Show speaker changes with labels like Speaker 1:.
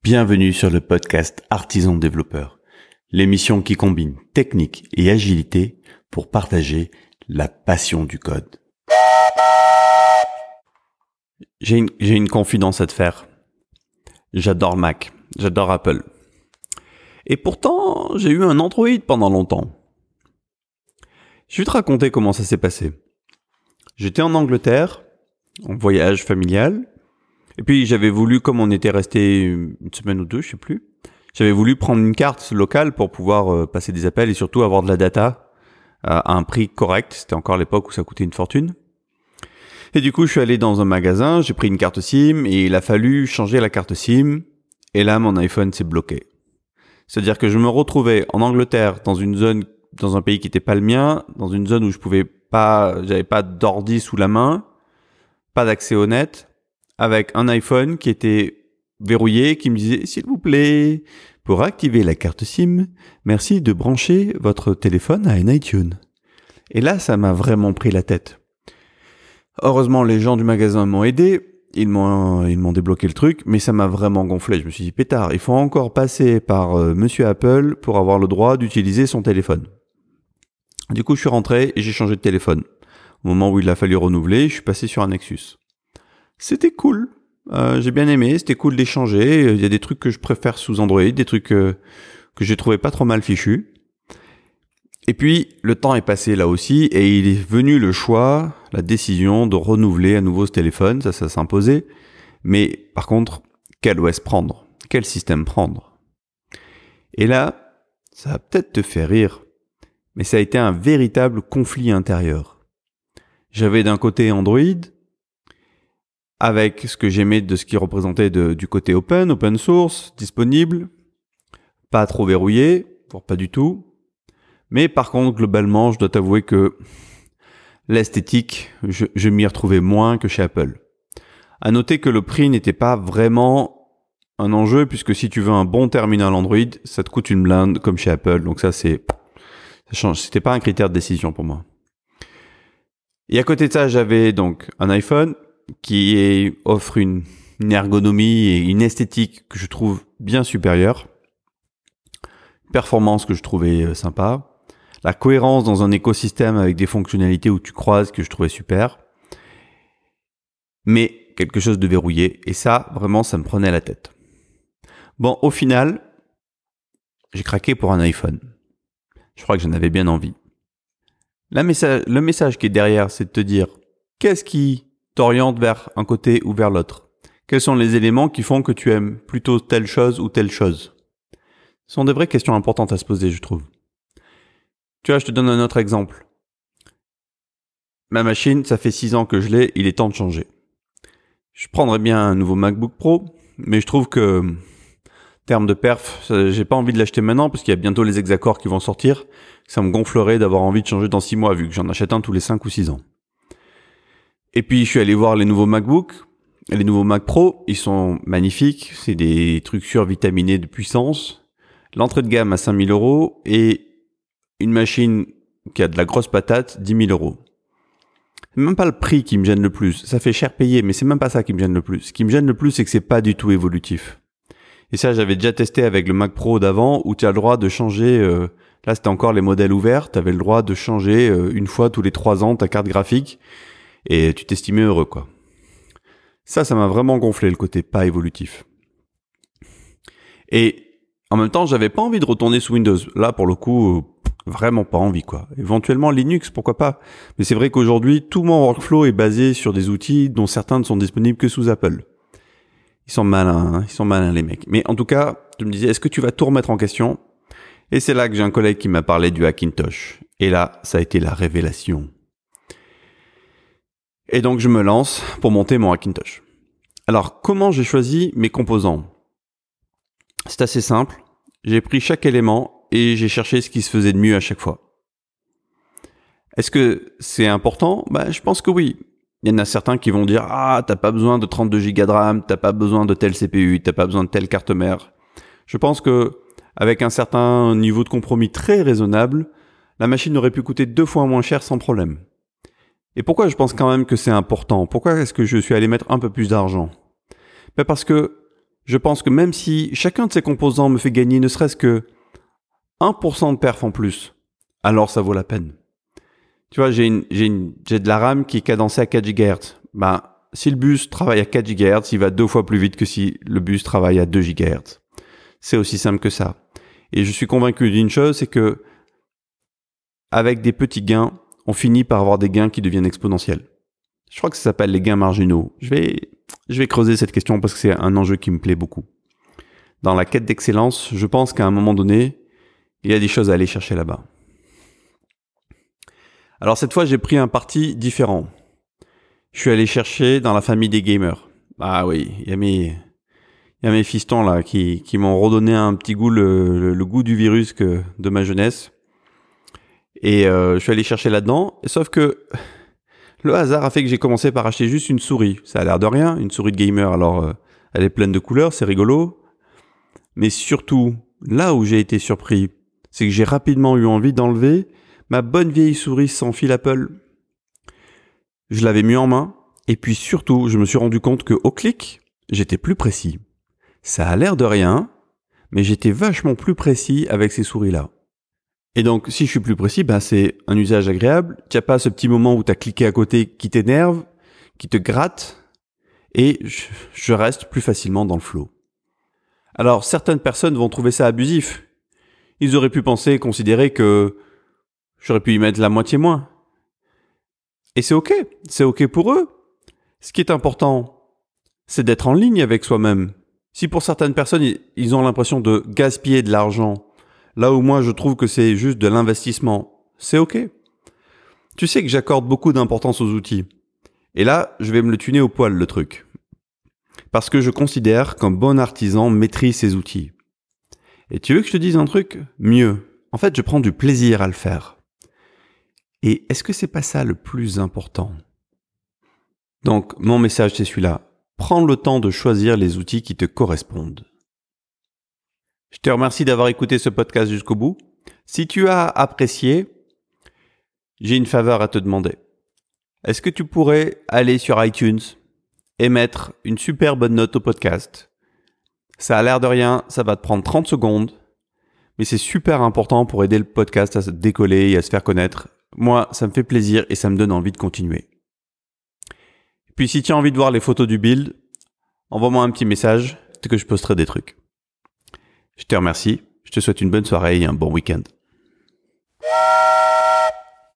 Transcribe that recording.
Speaker 1: Bienvenue sur le podcast Artisan Développeur, l'émission qui combine technique et agilité pour partager la passion du code. J'ai une confidence à te faire. J'adore Mac, j'adore Apple. Et pourtant, j'ai eu un Android pendant longtemps. Je vais te raconter comment ça s'est passé. J'étais en Angleterre, en voyage familial. Et puis j'avais voulu, comme on était resté une semaine ou deux, je sais plus, j'avais voulu prendre une carte locale pour pouvoir passer des appels et surtout avoir de la data à un prix correct. C'était encore l'époque où ça coûtait une fortune. Et du coup, je suis allé dans un magasin, j'ai pris une carte SIM et il a fallu changer la carte SIM. Et là, mon iPhone s'est bloqué. C'est-à-dire que je me retrouvais en Angleterre, dans une zone, dans un pays qui n'était pas le mien, dans une zone où j'avais pas d'ordi sous la main, pas d'accès au net, avec un iPhone qui était verrouillé, qui me disait « S'il vous plaît, pour activer la carte SIM, merci de brancher votre téléphone à un iTunes. » Et là, ça m'a vraiment pris la tête. Heureusement, les gens du magasin m'ont aidé, ils m'ont débloqué le truc, mais ça m'a vraiment gonflé. Je me suis dit « Pétard, il faut encore passer par Monsieur Apple pour avoir le droit d'utiliser son téléphone. » Du coup, je suis rentré et j'ai changé de téléphone. Au moment où il a fallu renouveler, je suis passé sur un Nexus. C'était cool, j'ai bien aimé, c'était cool d'échanger, il y a des trucs que je préfère sous Android, des trucs que j'ai trouvé pas trop mal fichus. Et puis, le temps est passé là aussi, et il est venu le choix, la décision de renouveler à nouveau ce téléphone, ça s'imposait. Mais par contre, quel OS prendre? Quel système prendre? Et là, ça va peut-être te faire rire, mais ça a été un véritable conflit intérieur. J'avais d'un côté Android, avec ce que j'aimais de ce qui représentait du côté open source, disponible, pas trop verrouillé, voire pas du tout. Mais par contre, globalement, je dois t'avouer que l'esthétique, je m'y retrouvais moins que chez Apple. À noter que le prix n'était pas vraiment un enjeu, puisque si tu veux un bon terminal Android, ça te coûte une blinde comme chez Apple. Donc ça change. C'était pas un critère de décision pour moi. Et à côté de ça, j'avais donc un iPhone qui offre une ergonomie et une esthétique que je trouve bien supérieure, performance que je trouvais sympa, la cohérence dans un écosystème avec des fonctionnalités où tu croises que je trouvais super, mais quelque chose de verrouillé, et ça, vraiment, ça me prenait la tête. Bon, au final, j'ai craqué pour un iPhone. Je crois que j'en avais bien envie. Le message qui est derrière, c'est de te dire, qu'est-ce qui t'oriente vers un côté ou vers l'autre? Quels sont les éléments qui font que tu aimes plutôt telle chose ou telle chose? Ce sont des vraies questions importantes à se poser, je trouve. Tu vois, je te donne un autre exemple. Ma machine, ça fait 6 ans que je l'ai, il est temps de changer. Je prendrais bien un nouveau MacBook Pro, mais je trouve que, en termes de perf, j'ai pas envie de l'acheter maintenant parce qu'il y a bientôt les Exacors qui vont sortir. Ça me gonflerait d'avoir envie de changer dans 6 mois vu que j'en achète un tous les 5 ou 6 ans. Et puis, je suis allé voir les nouveaux MacBook, les nouveaux Mac Pro, ils sont magnifiques, c'est des trucs survitaminés de puissance. L'entrée de gamme à 5 000 € et une machine qui a de la grosse patate, 10 000 €. C'est même pas le prix qui me gêne le plus, ça fait cher payer, mais c'est même pas ça qui me gêne le plus. Ce qui me gêne le plus, c'est que c'est pas du tout évolutif. Et ça, j'avais déjà testé avec le Mac Pro d'avant, où tu as le droit de changer, là c'était encore les modèles ouverts, tu avais le droit de changer une fois tous les 3 ans ta carte graphique, et tu t'estimais heureux, quoi. Ça m'a vraiment gonflé, le côté pas évolutif. Et en même temps, j'avais pas envie de retourner sous Windows. Là, pour le coup, vraiment pas envie, quoi. Éventuellement Linux, pourquoi pas. Mais c'est vrai qu'aujourd'hui, tout mon workflow est basé sur des outils dont certains ne sont disponibles que sous Apple. Ils sont malins, les mecs. Mais en tout cas, je me disais, est-ce que tu vas tout remettre en question? Et c'est là que j'ai un collègue qui m'a parlé du Hackintosh. Et là, ça a été la révélation. Et donc, je me lance pour monter mon Hackintosh. Alors, comment j'ai choisi mes composants? C'est assez simple. J'ai pris chaque élément et j'ai cherché ce qui se faisait de mieux à chaque fois. Est-ce que c'est important? Je pense que oui. Il y en a certains qui vont dire « Ah, t'as pas besoin de 32 Go de RAM, t'as pas besoin de tel CPU, t'as pas besoin de telle carte mère. » Je pense que avec un certain niveau de compromis très raisonnable, la machine aurait pu coûter 2 fois moins cher sans problème. Et pourquoi je pense quand même que c'est important? Pourquoi est-ce que je suis allé mettre un peu plus d'argent? Parce que je pense que même si chacun de ces composants me fait gagner ne serait-ce que 1% de perf en plus, alors ça vaut la peine. Tu vois, j'ai de la RAM qui est cadencée à 4 GHz. Si le bus travaille à 4 GHz, il va 2 fois plus vite que si le bus travaille à 2 GHz. C'est aussi simple que ça. Et je suis convaincu d'une chose, c'est que avec des petits gains, on finit par avoir des gains qui deviennent exponentiels. Je crois que ça s'appelle les gains marginaux. Je vais creuser cette question parce que c'est un enjeu qui me plaît beaucoup. Dans la quête d'excellence, je pense qu'à un moment donné, il y a des choses à aller chercher là-bas. Alors cette fois, j'ai pris un parti différent. Je suis allé chercher dans la famille des gamers. Ah oui, il y a mes fistons là qui m'ont redonné un petit goût, le goût du virus de ma jeunesse. Et je suis allé chercher là-dedans. Sauf que le hasard a fait que j'ai commencé par acheter juste une souris. Ça a l'air de rien, une souris de gamer. Alors, elle est pleine de couleurs, c'est rigolo. Mais surtout, là où j'ai été surpris, c'est que j'ai rapidement eu envie d'enlever ma bonne vieille souris sans fil Apple. Je l'avais mis en main. Et puis surtout, je me suis rendu compte qu'au clic, j'étais plus précis. Ça a l'air de rien, mais j'étais vachement plus précis avec ces souris-là. Et donc, si je suis plus précis, c'est un usage agréable. Tu n'as pas ce petit moment où tu as cliqué à côté qui t'énerve, qui te gratte, et je reste plus facilement dans le flow. Alors, certaines personnes vont trouver ça abusif. Ils auraient pu considérer que j'aurais pu y mettre la moitié moins. Et c'est ok pour eux. Ce qui est important, c'est d'être en ligne avec soi-même. Si pour certaines personnes, ils ont l'impression de gaspiller de l'argent, là où moi je trouve que c'est juste de l'investissement, c'est ok. Tu sais que j'accorde beaucoup d'importance aux outils. Et là, je vais me le tuner au poil le truc. Parce que je considère qu'un bon artisan maîtrise ses outils. Et tu veux que je te dise un truc ? Mieux. En fait, je prends du plaisir à le faire. Et est-ce que c'est pas ça le plus important ? Donc, mon message c'est celui-là. Prends le temps de choisir les outils qui te correspondent. Je te remercie d'avoir écouté ce podcast jusqu'au bout. Si tu as apprécié, j'ai une faveur à te demander. Est-ce que tu pourrais aller sur iTunes et mettre une super bonne note au podcast ? Ça a l'air de rien, ça va te prendre 30 secondes, mais c'est super important pour aider le podcast à se décoller et à se faire connaître. Moi, ça me fait plaisir et ça me donne envie de continuer. Puis si tu as envie de voir les photos du build, envoie-moi un petit message, c'est que je posterai des trucs. Je te remercie, je te souhaite une bonne soirée et un bon week-end.